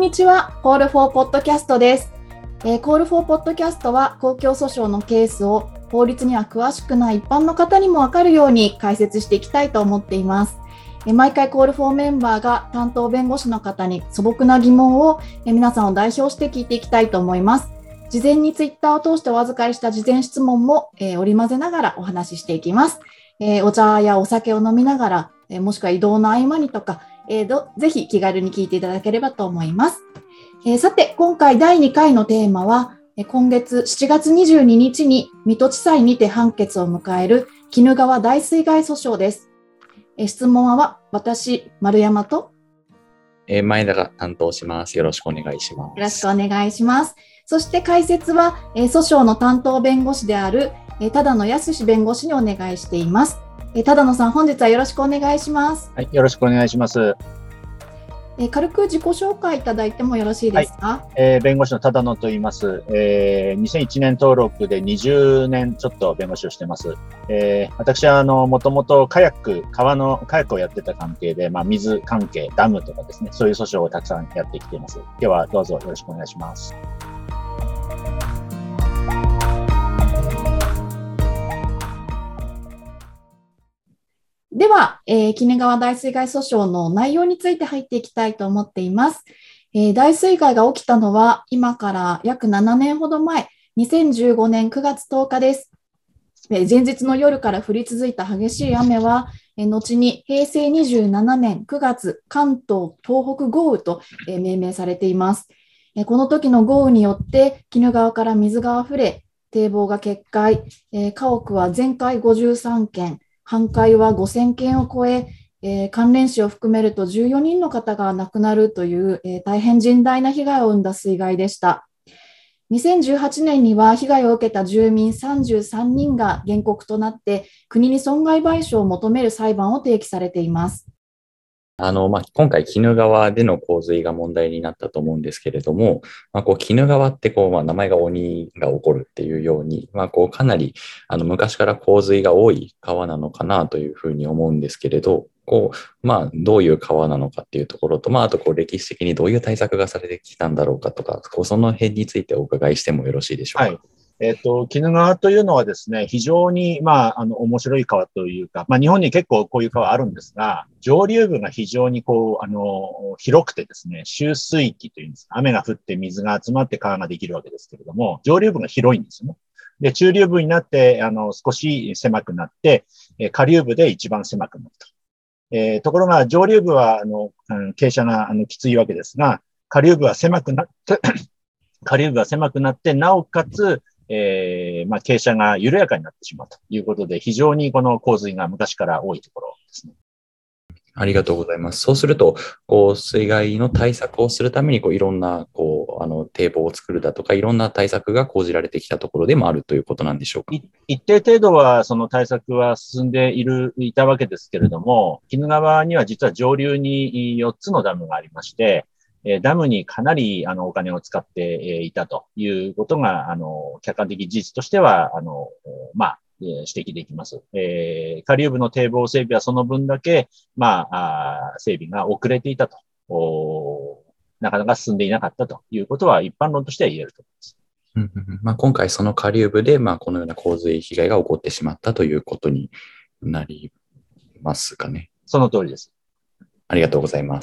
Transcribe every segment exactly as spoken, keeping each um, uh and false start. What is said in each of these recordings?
にちは。コールフォーポッドキャストです。えー、コールフォーポッドキャストは公共訴訟のケースを法律には詳しくない一般の方にも分かるように解説していきたいと思っています。えー、毎回コールフォーメンバーが担当弁護士の方に素朴な疑問を、えー、皆さんを代表して聞いていきたいと思います。事前にツイッターを通してお預かりした事前質問も、えー、織り交ぜながらお話ししていきます。えー、お茶やお酒を飲みながら、えー、もしくは移動の合間にとか、えー、どぜひ気軽に聞いていただければと思います。えー、さて、今回だいにかいのテーマは、えー、今月しちがつにじゅうににちに水戸地裁にて判決を迎える鬼怒川大水害訴訟です。えー、質問は私、丸山と、 えー、前田が担当します。よろしくお願いします。 よろしくお願いします。そして解説は、えー、訴訟の担当弁護士である、えー、多田野康弁護士にお願いしています。えー、多田野さん、本日はよろしくお願いします。 はい、よろしくお願いします。 えー、軽く自己紹介いただいてもよろしいですか？ はい、えー、弁護士の多田野と言います。えー、にせんいちねん登録でにじゅうねんちょっと弁護士をしています。えー、私はあのもともとカヤック、川のカヤックをやってた関係で、まあ、水関係、ダムとかですね、そういう訴訟をたくさんやってきています。今日はどうぞよろしくお願いします。 では、えー、鬼怒川大水害訴訟の内容について入っていきたいと思っています。えー、大水害が起きたのは今から約ななねんほど前、にせんじゅうごねんくがつとおかです。えー、前日の夜から降り続いた激しい雨は、えー、後にへいせいにじゅうななねんくがつ関東東北豪雨と、えー、命名されています。えー、この時の豪雨によって鬼怒川から水があふれ、堤防が決壊、えー、家屋は全壊ごじゅうさんけん、半壊はごせんけんを超え、えー、関連死を含めるとじゅうよにんの方が亡くなるという、えー、大変甚大な被害を生んだ水害でした。にせんじゅうはちねんには被害を受けた住民さんじゅうさんにんが原告となって国に損害賠償を求める裁判を提起されています。 あの、まあ、今回、鬼怒川での洪水が問題になったと思うんですけれども、まあ、こう、鬼怒川ってこう、まあ、名前が鬼が起こるっていうように、まあ、こう、かなり、あの、昔から洪水が多い川なのかなというふうに思うんですけれど、こう、まあ、どういう川なのかっていうところと、まあ、あと、こう、歴史的にどういう対策がされてきたんだろうかとか、こうその辺についてお伺いしてもよろしいでしょうか。 はい。えっと、鬼怒川というのはですね、非常に、まあ、あの、面白い川というか、まあ、日本に結構こういう川あるんですが、上流部が非常にこう、あの、広くてですね、集水域というんですか、雨が降って水が集まって川ができるわけですけれども、上流部が広いんですよね。で、中流部になって、あの、少し狭くなって、下流部で一番狭くなると。えー、ところが、上流部は、あの、傾斜が、あの、きついわけですが、下流部は狭くなって、下流部は狭くなって、なおかつ、えー、まあ、傾斜が緩やかになってしまうということで、非常にこの洪水が昔から多いところですね。 ありがとうございます。そうすると、こう水害の対策をするためにこういろんなこうあの堤防を作るだとか、いろんな対策が講じられてきたところでもあるということなんでしょうか。 一定程度はその対策は進んでいるいたわけですけれども、鬼怒川には実は上流によっつのダムがありまして、ダムにかなりあのお金を使っていたということが、あの客観的事実としては、あのまあ、指摘できます。えー、下流部の堤防整備はその分だけ、まあ、あ整備が遅れていたと、なかなか進んでいなかったということは一般論としては言えると思います。 うんうんまあ、今回その下流部で、まあ、このような洪水被害が起こってしまったということになりますかね。 その通りです。 ありがとうございます。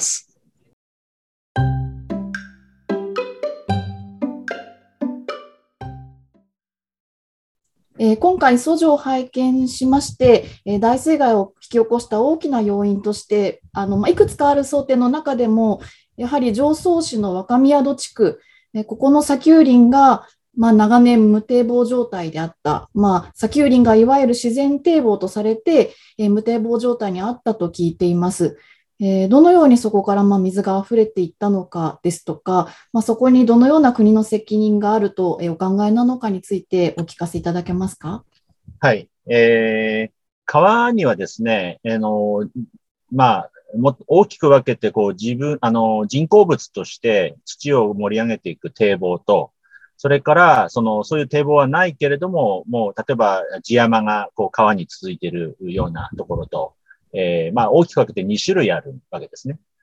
えー、今回、訴状を拝見しまして、えー、大水害を引き起こした大きな要因として、あのまあ、いくつかある想定の中でも、やはり常総市の若宮戸地区、えー、ここの砂丘林が、まあ、長年無堤防状態であった、まあ、砂丘林がいわゆる自然堤防とされて、えー、無堤防状態にあったと聞いています。えー、どのようにそこからまあ水が溢れていったのかですとか、まあ、そこにどのような国の責任があるとお考えなのかについてお聞かせいただけますか。 はい。えー、川にはですね、あの、まあ、も大きく分けて、こう自分、あの、人工物として土を盛り上げていく堤防と、それから、その、そういう堤防はないけれども、もう、例えば地山がこう川に続いているようなところと、えー、まあ、大きく分けてにしゅるいあるわけですね。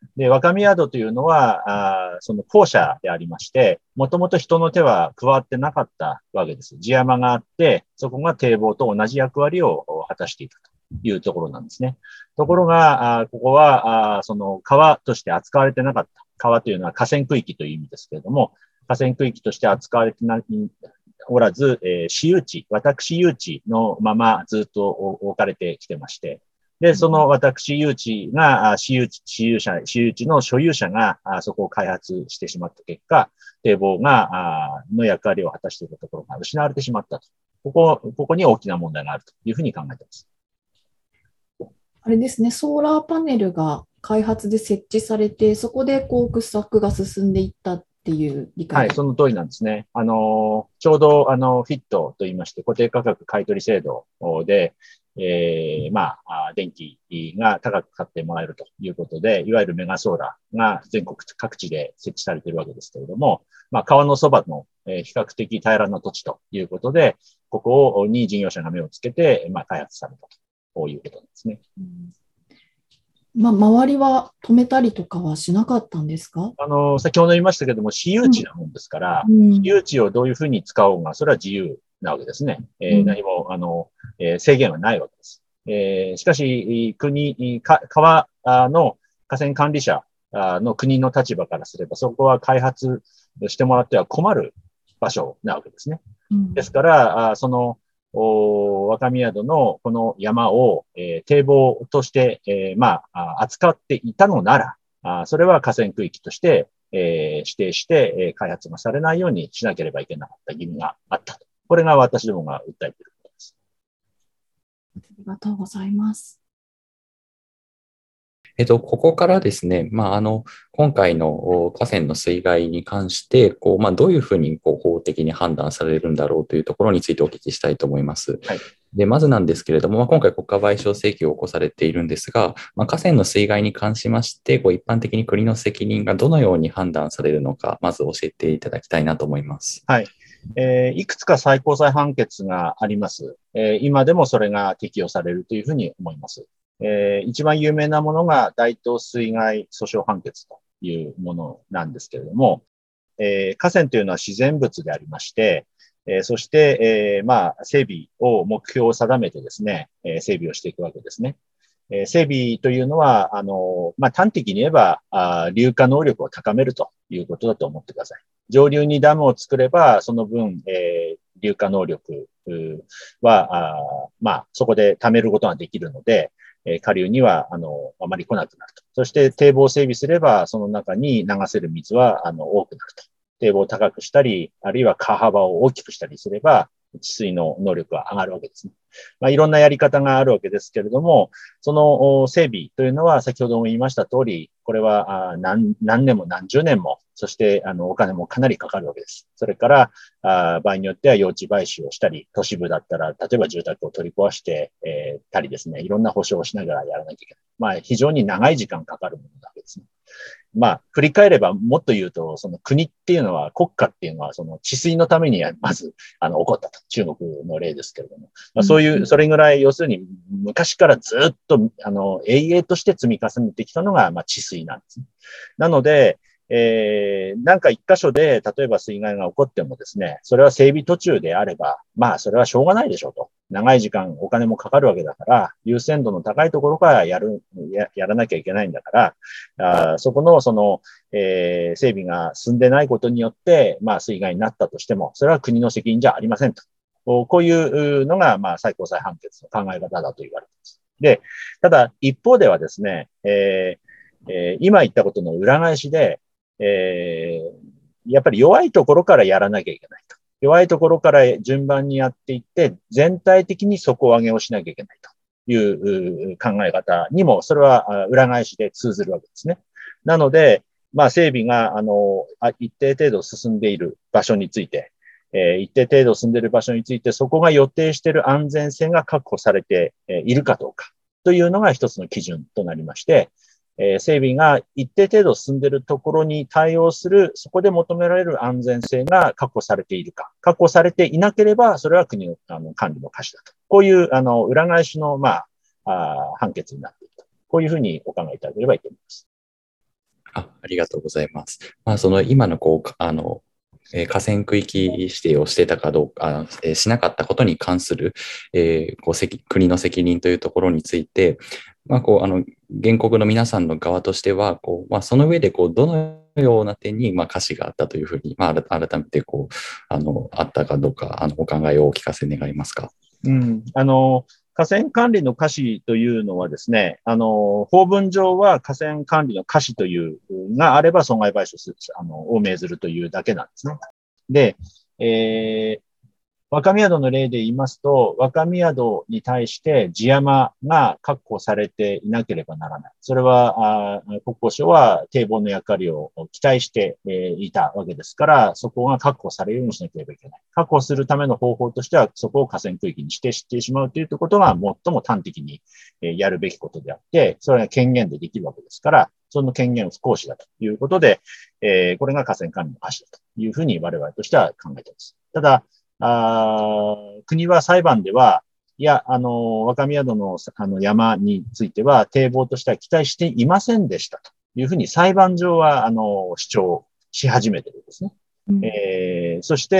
で、若宮宿というのは、あその校舎でありまして、もともと人の手は加わってなかったわけです。地山があって、そこが堤防と同じ役割を果たしていたというところなんですね。ところが、あここはあ、その川として扱われてなかった。川というのは河川区域という意味ですけれども、河川区域として扱われてなおらず、えー、私有地、私有地のままずっと置かれてきてまして、で、その私有地が、私有地、私有者、私有地の所有者が、そこを開発してしまった結果、堤防が、の役割を果たしていたところが失われてしまったと。ここ、ここに大きな問題があるというふうに考えています。 あれですね、ソーラーパネルが開発で設置されて、そこでこう掘削が進んでいったっていう理解。 はい、その通りなんですね。あの、ちょうど、あの、フィットと言いまして、固定価格買取制度で、えー、まあ、電気が高く買ってもらえるということで、いわゆるメガソーラーが全国各地で設置されているわけですけれども、まあ、川のそばの、えー、比較的平らな土地ということで、ここに事業者が目をつけて、まあ、開発されたということなんですね。 うんまあ、周りは止めたりとかはしなかったんですか？ あの、先ほど言いましたけども、私有地なもんですから、 うん、 私有地をどういうふうに使おうが、それは自由なわけですね。えーうん、何も、あの、えー、制限はないわけです。えー、しかし、国、か川の河川管理者の国の立場からすれば、そこは開発してもらっては困る場所なわけですね。うん、ですから、その、若宮宿のこの山を、えー、堤防として、えー、まあ、扱っていたのなら、あそれは河川区域として、えー、指定して、えー、開発がされないようにしなければいけなかった義務があったと。これが私どもが訴えていることです。 ありがとうございます。 えっと、ここからですね、まあ、あの、今回の河川の水害に関して、こう、まあ、どういうふうにこう法的に判断されるんだろうというところについてお聞きしたいと思います。 はい。 で、まずなんですけれども、まあ、今回国家賠償請求を起こされているんですが、まあ、河川の水害に関しまして、こう一般的に国の責任がどのように判断されるのか、まず教えていただきたいなと思います。 はい。えー、いくつか最高裁判決があります。えー、今でもそれが適用されるというふうに思います。えー、一番有名なものが大東水害訴訟判決というものなんですけれども、えー、河川というのは自然物でありまして、えー、そして、えー、まあ、整備を目標を定めてですね、えー、整備をしていくわけですね。えー、整備というのは、あの、まあ、端的に言えばあ、流下能力を高めるということだと思ってください。上流にダムを作れば、その分、えー、流下能力は、あまあ、そこで貯めることができるので、えー、下流には、あの、あまり来なくなると。そして、堤防整備すれば、その中に流せる水は、あの、多くなると。堤防を高くしたり、あるいは川幅を大きくしたりすれば、治水の能力は上がるわけですね。まあ、いろんなやり方があるわけですけれども、その整備というのは先ほども言いました通り、これは何、何年も何十年も、そしてあのお金もかなりかかるわけです。それからあ場合によっては用地買収をしたり、都市部だったら例えば住宅を取り壊して、えー、たりですね、いろんな保証をしながらやらなきゃいけない。まあ非常に長い時間かかるものなわけですね。まあ、振り返ればもっと言うと、その国っていうのは、国家っていうのは、その治水のためにはまず、あの、起こったと。中国の例ですけれども。まあ、そういう、それぐらい、要するに、昔からずっと、あの、永遠として積み重ねてきたのが、まあ、治水なんですね。なので、えー、なんか一箇所で、例えば水害が起こってもですね、それは整備途中であれば、まあ、それはしょうがないでしょうと。長い時間お金もかかるわけだから、優先度の高いところからやる、ややらなきゃいけないんだから、あそこのその、えー、整備が進んでないことによって、まあ水害になったとしても、それは国の責任じゃありませんと。こういうのが、まあ最高裁判決の考え方だと言われています。で、ただ一方ではですね、えーえー、今言ったことの裏返しで、えー、やっぱり弱いところからやらなきゃいけないと。弱いところから順番にやっていって、全体的に底上げをしなきゃいけないという考え方にも、それは裏返しで通ずるわけですね。なので、まあ整備が、あの、一定程度進んでいる場所について、えー、一定程度進んでいる場所について、そこが予定している安全性が確保されているかどうかというのが一つの基準となりまして、えー、整備が一定程度進んでいるところに対応する、そこで求められる安全性が確保されているか、確保されていなければ、それは国のあの管理の瑕疵だと。こういう、あの、裏返しの、まあ、あ判決になっていると。こういうふうにお考えいただければいいと思います。 あ、ありがとうございます。まあ、その今のこう、あの、えー河川区域指定をしてたかどうか、あえーしなかったことに関する、えーこう責国の責任というところについて、まあ、こうあの原告の皆さんの側としては、こうまあ、その上でこうどのような点に、まあ、瑕疵があったというふうに、まあ、改改めてこうあのあったかどうか、あのお考えをお聞かせ願いますか。 うん、あの、河川管理の瑕疵というのはですね、あの、法文上は河川管理の瑕疵というがあれば損害賠償する、あの、を命ずるというだけなんですね。で、えー若宮戸の例で言いますと、若宮戸に対して地山が確保されていなければならない。それは、あ国交省は堤防の役割を期待して、えーいたわけですから、そこが確保されるようにしなければいけない。確保するための方法としては、そこを河川区域に指定してしまうということが最も端的にやるべきことであって、それが権限でできるわけですから、その権限を不行使だということで、えーこれが河川管理の瑕疵だというふうに我々としては考えています。ただ、あ国は裁判では、いや、あの、若宮戸のあの山については堤防としては期待していませんでしたというふうに裁判上は、あの、主張し始めてるんですね。うん、えー、そして、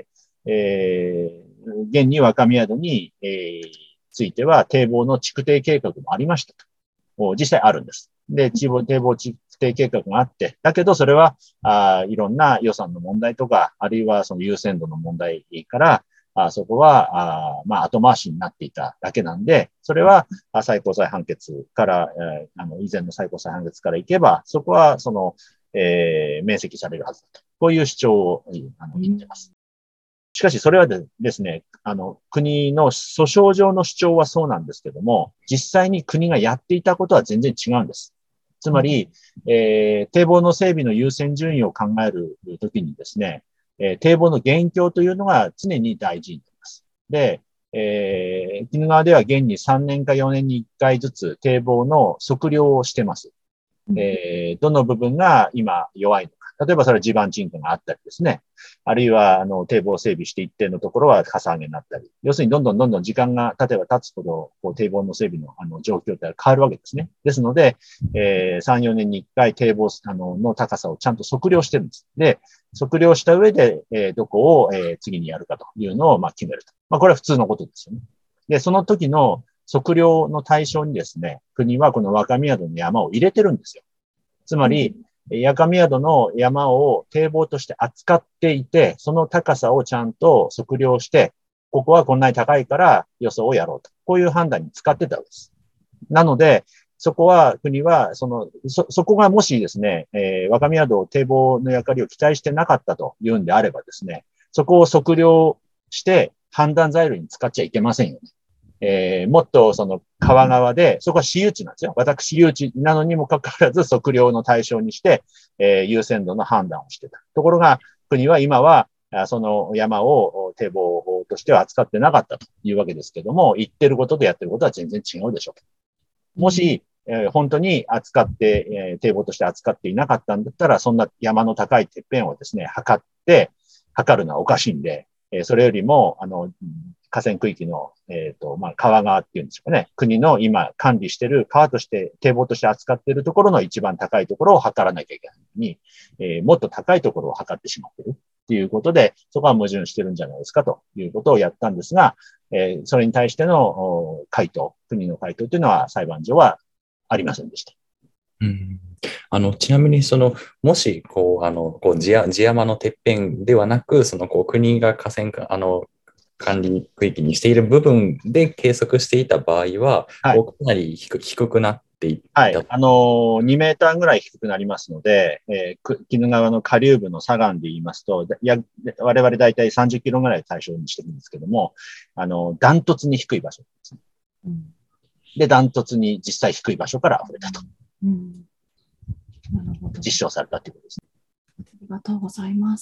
えーえー、現に若宮戸に、えー、ついては堤防の築堤計画もありましたと。実際あるんです。で、堤防築堤計画があって、だけどそれは、あいろんな予算の問題とか、あるいはその優先度の問題から、あそこは、あまあ、後回しになっていただけなんで、それは最高裁判決から、えー、あの、以前の最高裁判決からいけば、そこは、その、えー、免責されるはずだと。こういう主張をあの言っています。しかし、それはですね、あの、国の訴訟上の主張はそうなんですけども、実際に国がやっていたことは全然違うんです。つまり、えー、堤防の整備の優先順位を考えるときにですね、えー、堤防の現況というのが常に大事になります。で、えー、鬼怒川では現にさんねんかよねんにいっかいずつ堤防の測量をしてます。えー、どの部分が今弱いのか。例えばそれは地盤沈下があったりですね。あるいは、あの、堤防整備して一定のところはかさ上げになったり。要するにどんどんどんどん時間が経てば経つほど、こう、堤防の整備の、あの、状況って変わるわけですね。ですので、えー、さん、よねんにいっかい堤防、あの、の高さをちゃんと測量してるんです。で、測量した上で、えー、どこを、えー、次にやるかというのを、まあ、決めると。まあ、これは普通のことですよね。で、その時の測量の対象にですね、国はこの若宮戸の山を入れてるんですよ。つまり、若宮戸の山を堤防として扱っていて、その高さをちゃんと測量して、ここはこんなに高いから予想をやろうと。こういう判断に使ってたわけです。なので、そこは国は、その、そ、そこがもしですね、えー、若宮戸堤防の役割を期待してなかったというんであればですね、そこを測量して判断材料に使っちゃいけませんよね。えー、もっとその川側で、そこは私有地なんですよ。私有地なのにもかかわらず測量の対象にして、えー、優先度の判断をしてた。ところが、国は今は、その山を堤防としては扱ってなかったというわけですけども、言ってることとやってることは全然違うでしょう。もし、えー、本当に扱って、えー、堤防として扱っていなかったんだったら、そんな山の高いてっぺんをですね、測って、測るのはおかしいんで、えー、それよりも、あの、河川区域の、えっと、まあ、川側っていうんですかね。国の今管理している川として、堤防として扱っているところの一番高いところを測らなきゃいけないのに、えー、もっと高いところを測ってしまっているっていうことで、そこは矛盾してるんじゃないですかということをやったんですが、えー、それに対しての回答、国の回答というのは裁判所はありませんでした。 うん、あのちなみにそのもしこうあのこう地山、地山のてっぺんではなく、そのこう国が河川あの管理区域にしている部分で計測していた場合は、はい、かなり 低, 低くなっていた。 はい。あのー、にメーターぐらい低くなりますので、えー、鬼怒川の下流部の左岸で言いますと、や我々だいたいさんじゅっキロぐらい対象にしてるんですけども、あの、ダントツに低い場所ですね。うん、で、ダントツに実際低い場所から溢れたと。うん、なるほど。実証されたということですね。 ありがとうございます。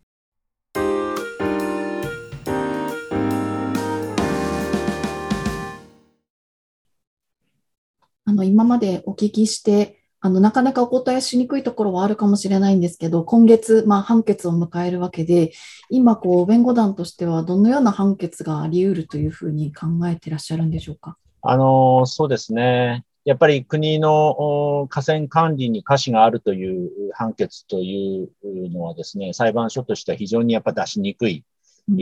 あの今までお聞きしてあのなかなかお答えしにくいところはあるかもしれないんですけど、今月、まあ、判決を迎えるわけで、今こう弁護団としてはどのような判決があり得るというふうに考えていらっしゃるんでしょうか。 あのそうですね。 やっぱり国の河川管理に瑕疵があるという判決というのはですね、裁判所としては非常にやっぱ出しにくい、うん、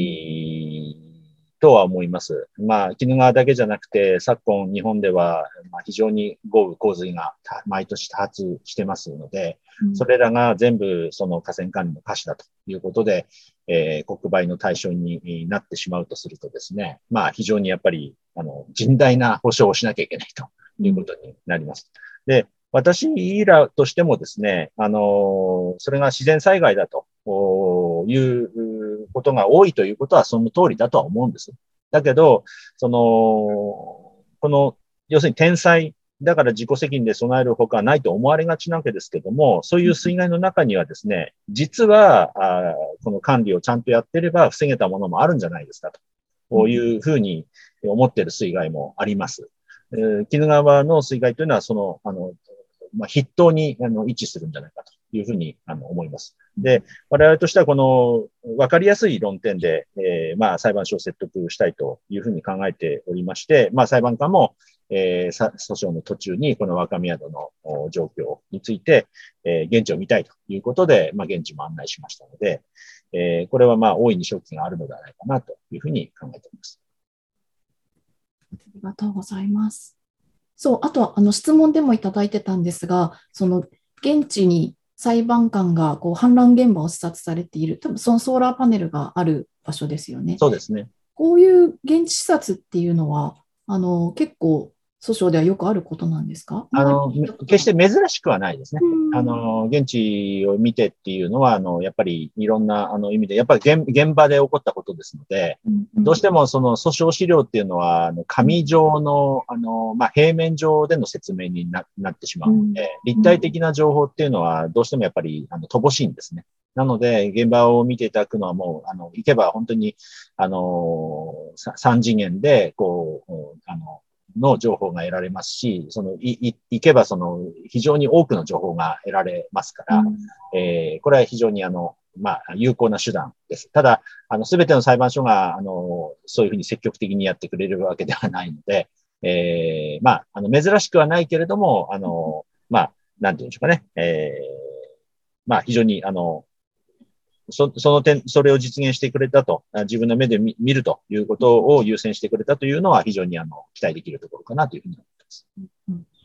とは思います。まあ、鬼怒川だけじゃなくて、昨今日本では非常に豪雨洪水が毎年多発してますので、うん、それらが全部その河川管理の瑕疵だということで、えー、国賠の対象になってしまうとするとですね、まあ非常にやっぱりあの甚大な補償をしなきゃいけないということになります。で、私らとしてもですね、あの、それが自然災害だということが多いということはその通りだとは思うんです。だけど、その、この、要するに天災だから自己責任で備えるほかはないと思われがちなわけですけども、そういう水害の中にはですね、実は、あこの管理をちゃんとやってれば防げたものもあるんじゃないですかと、こういうふうに思っている水害もあります。えー、鬼怒川の水害というのは、その、あの、まあ、筆頭にあの位置するんじゃないかというふうにあの思います。で、我々としてはこの分かりやすい論点で、えー、まあ裁判所を説得したいというふうに考えておりまして、まあ裁判官も、えー、訴訟の途中にこの若宮戸の状況について、えー、現地を見たいということで、まあ現地も案内しましたので、えー、これはまあ大いに勝機があるのではないかなというふうに考えております。 ありがとうございます。そう、あと、あの、質問でもいただいてたんですが、その、現地に裁判官が、こう、氾濫現場を視察されている、多分そのソーラーパネルがある場所ですよね。 そうですね。 こういう現地視察っていうのは、あの、結構、訴訟ではよくあることなんですか？ あの、決して珍しくはないですね。あの、現地を見てっていうのは、あの、やっぱりいろんなあの意味で、やっぱり 現, 現場で起こったことですので、うんうん、どうしてもその訴訟資料っていうのは、あの紙状の、あの、まあ、平面上での説明に な, なってしまうので、立体的な情報っていうのは、どうしてもやっぱりあの乏しいんですね。なので、現場を見ていただくのはもう、あの、行けば本当に、あの、三次元で、こう、あの、の情報が得られますし、その、い、い、行けばその、非常に多くの情報が得られますから、うん、えー、これは非常にあの、まあ、有効な手段です。ただ、あの、すべての裁判所が、あの、そういうふうに積極的にやってくれるわけではないので、えー、まあ、あの、珍しくはないけれども、あの、まあ、なんていうんでしょうかね、えー、まあ、非常に、あの、そ, その点、それを実現してくれたと、自分の目で 見, 見るということを優先してくれたというのは非常にあの期待できるところかなというふうに思います。うんうん、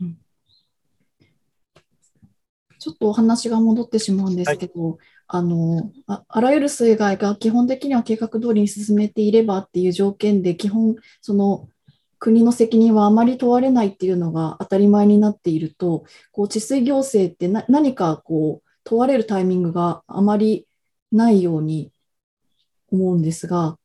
ちょっとお話が戻ってしまうんですけど、はい、あの あ, あらゆる水害が基本的には計画通りに進めていればっていう条件で、基本、その国の責任はあまり問われないっていうのが当たり前になっていると、こう治水行政ってな何かこう問われるタイミングがあまりないように思うんですが、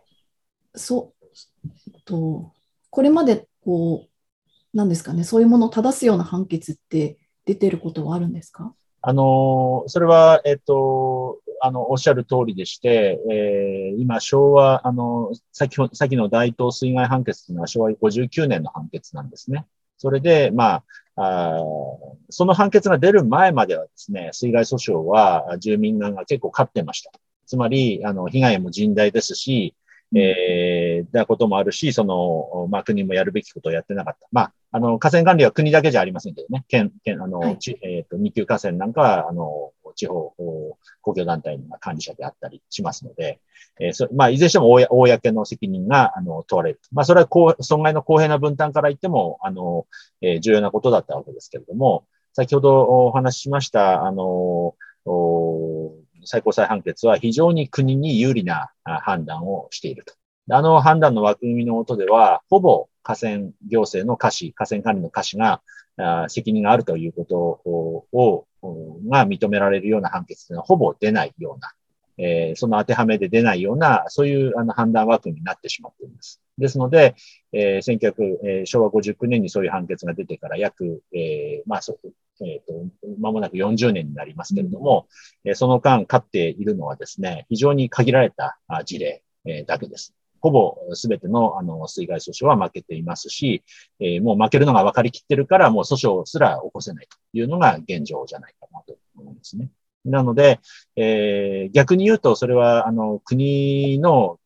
そうとこれまでこうなんですかね、そういうものを正すような判決って出てることはあるんですか？ あのそれはえっとあのおっしゃる通りでして、えー、今昭和あの先ほ先の大東水害判決というのは昭和ごじゅうきゅうねんの判決なんですね。それでまああその判決が出る前まではですね、水害訴訟は住民側が結構勝ってました。つまり、あの、被害も甚大ですし、えー、だこともあるし、その、まあ、国もやるべきことをやってなかった。まあ、あの、河川管理は国だけじゃありませんけどね、県、県、あの、はい、ちえっと、二級河川なんかは、あの、地方公共団体の管理者であったりしますので、えー、そまあ、いずれにしても公の責任が、あの、問われる。まあ、それはこう、損害の公平な分担から言っても、あの、えー、重要なことだったわけですけれども、先ほどお話ししました、あの、最高裁判決は非常に国に有利な判断をしていると。あの判断の枠組みの下では、ほぼ河川行政の瑕疵、河川管理の瑕疵が責任があるということを、が認められるような判決というのはほぼ出ないような、えー、その当てはめで出ないような、そういうあの判断枠組みになってしまっています。ですので、えー、せんきゅうひゃく、えー、昭和ごじゅうきゅうねんにそういう判決が出てから約、えー、まあ、そえっと、間もなくよんじゅうねんになりますけれども、うん、その間勝っているのはですね、非常に限られた事例だけです。ほぼすべてのあの水害訴訟は負けていますし、えー、もう負けるのが分かりきってるから、もう訴訟すら起こせないというのが現状じゃないかなと思いますね。なので、えー、逆に言うと、それはあの国の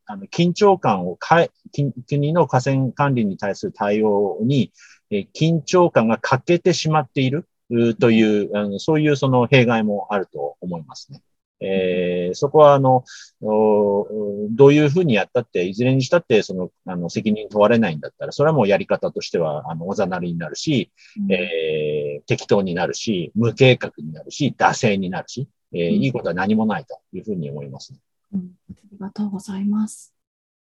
あの緊張感をかえ、国の河川管理に対する対応に、え緊張感が欠けてしまっているという、あのそういうその弊害もあると思いますね。えー、そこは、あの、どういうふうにやったって、いずれにしたって、その、あの、責任問われないんだったら、それはもうやり方としては、あの、おざなりになるし、うん、えー、適当になるし、無計画になるし、惰性になるし、えー、うん、いいことは何もないというふうに思いますね。 うん、ありがとうございます。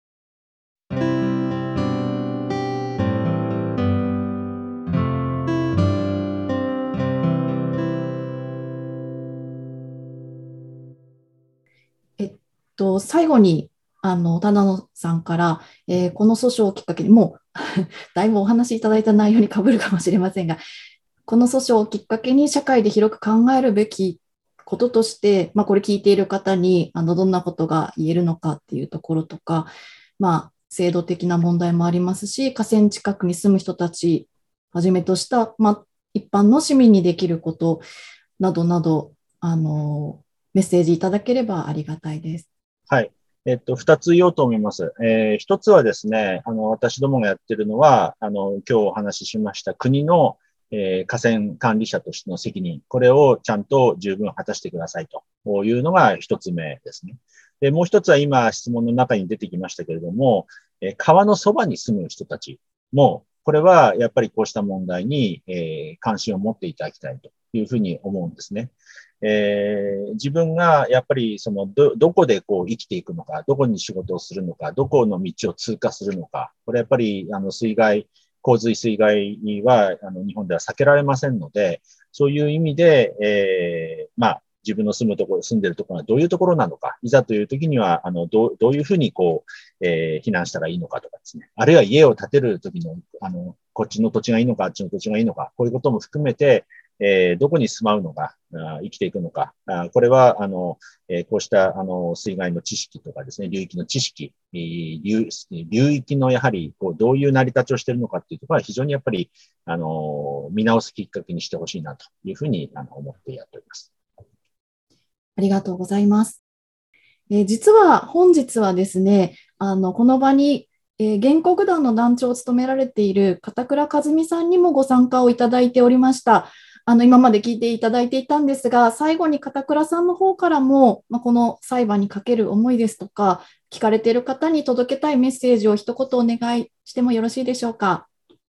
えっと、最後に、あの、田野さんから、えー、この訴訟をきっかけに、もう、だいぶお話しいただいた内容にかぶるかもしれませんが、この訴訟をきっかけに社会で広く考えるべきこととして、まあ、これ聞いている方にあのどんなことが言えるのかっていうところとか、まあ、制度的な問題もありますし、河川近くに住む人たちはじめとした、まあ、一般の市民にできることなどなど、あのメッセージいただければありがたいです。 はい。えっと、二つ言おうと思います。えー、一つはですね、あの、私どもがやってるのは、あの、今日お話ししました国の、えー、河川管理者としての責任、これをちゃんと十分果たしてくださいというのが一つ目ですね。で、もう一つは今質問の中に出てきましたけれども、えー、川のそばに住む人たちも、これはやっぱりこうした問題に、えー、関心を持っていただきたいというふうに思うんですね。えー、自分がやっぱりそのど、どこでこう生きていくのか、どこに仕事をするのか、どこの道を通過するのか、これやっぱりあの水害、洪水水害はあの日本では避けられませんので、そういう意味で、えー、まあ自分の住むところ、住んでるところはどういうところなのか、いざという時にはあのどう、どういうふうにこう、えー、避難したらいいのかとかですね、あるいは家を建てる時のあのこっちの土地がいいのか、あっちの土地がいいのか、こういうことも含めて、えー、どこに住まうのか、あ生きていくのか、あこれは、あの、えー、こうした、あの、水害の知識とかですね、流域の知識、流流域のやはり、こう、どういう成り立ちをしているのかっていうところは非常にやっぱり、あの、見直すきっかけにしてほしいなというふうにあの思ってやっております。 ありがとうございます。えー、実は本日はですね、あの、この場に、えー、原告団の団長を務められている片倉和美さんにもご参加をいただいておりました。あの今まで聞いていただいていたんですが、最後に片倉さんの方からも、まあ、この裁判にかける思いですとか、聞かれている方に届けたいメッセージを一言お願いしてもよろしいでしょうか。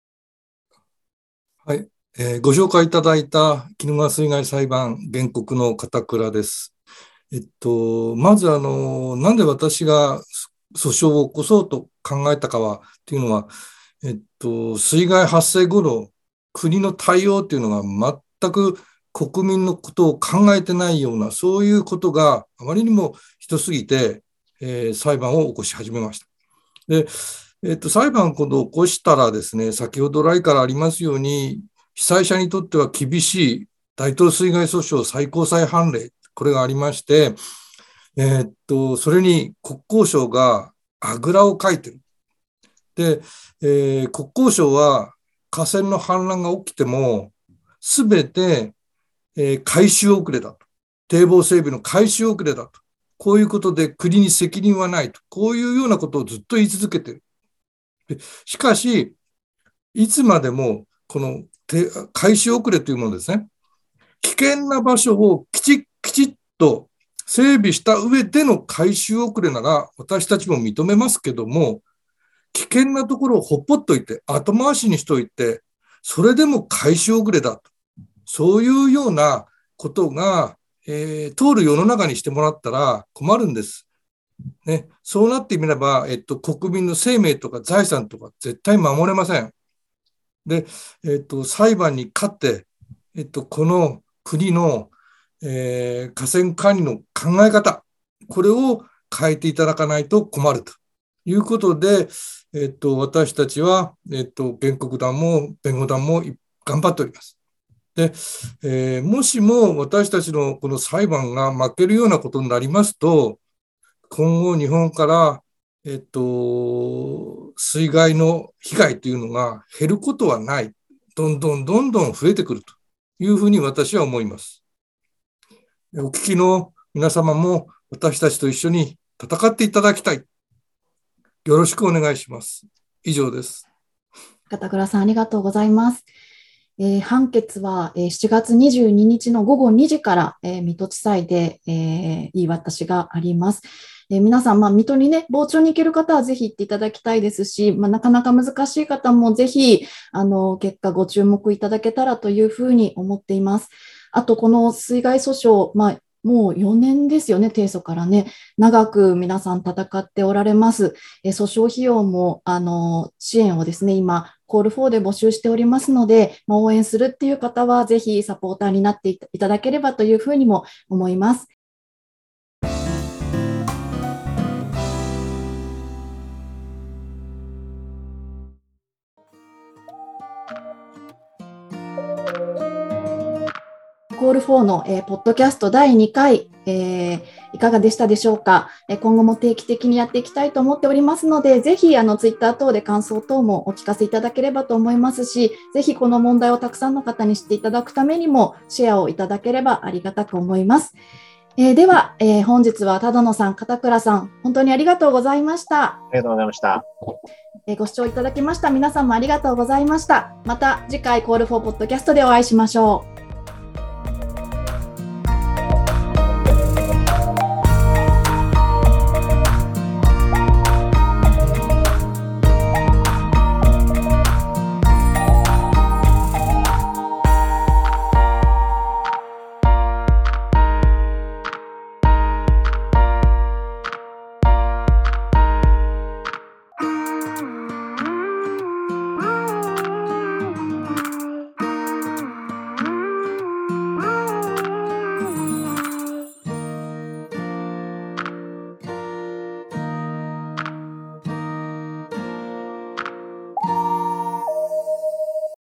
はい、えー、ご紹介いただいた鬼怒川水害裁判原告の片倉です。えっと、まずあの、なんで私が訴訟を起こそうと考えたかは、というのは、えっと、水害発生後の国の対応というのが全く国民のことを考えてないような、そういうことがあまりにもひどすぎて、えー、裁判を起こし始めました。で、えっと、裁判を今度起こしたらですね、先ほど来からありますように、被災者にとっては厳しい大東水害訴訟最高裁判例、これがありまして、えっと、それに国交省があぐらをかいてる。で、えー、国交省は河川の氾濫が起きても、すべて、えー、改修遅れだと。堤防整備の改修遅れだと。こういうことで国に責任はないと。こういうようなことをずっと言い続けている。でしかし、いつまでもこの改修遅れというものですね、危険な場所をきちきちっと整備した上での改修遅れなら私たちも認めますけども、危険なところをほっぽっといて、後回しにしといて、それでも改修遅れだと。そういうようなことが、えー、通る世の中にしてもらったら困るんです。ね、そうなってみれば、えっと、国民の生命とか財産とか絶対守れません。で、えっと、裁判に勝って、えっと、この国の、えー、河川管理の考え方、これを変えていただかないと困るということで、えっと、私たちは、えっと、原告団も弁護団も頑張っております。で、えー、もしも私たちのこの裁判が負けるようなことになりますと、今後日本から、えっと、水害の被害というのが減ることはない。どんどんどんどん増えてくるというふうに私は思います。お聞きの皆様も私たちと一緒に戦っていただきたい。 よろしくお願いします。以上です。 片倉さん、ありがとうございます。えー、判決は、えー、しちがつにじゅうににちのごごにじから、えー、水戸地裁で、えー、言い渡しがあります。えー、皆さん、まあ、水戸にね、傍聴に行ける方はぜひ行っていただきたいですし、まあ、なかなか難しい方もぜひ、あの、結果ご注目いただけたらというふうに思っています。あと、この水害訴訟、まあ、もうよねんですよね、提訴からね。長く皆さん戦っておられます。え訴訟費用も、あの、支援をですね、今、コールフォーで募集しておりますので、まあ、応援するっていう方は、ぜひサポーターになっていただければというふうにも思います。コールフォーの、えー、ポッドキャストだいにかい、えー、いかがでしたでしょうか。えー、今後も定期的にやっていきたいと思っておりますので、ぜひあのツイッター等で感想等もお聞かせいただければと思いますし、ぜひこの問題をたくさんの方に知っていただくためにもシェアをいただければありがたく思います。えー、では、えー、本日は只野さん、片倉さん、本当にありがとうございました。 ありがとうございました。 えー、ご視聴いただきました皆さんもありがとうございました。また次回コールフォーポッドキャストでお会いしましょう。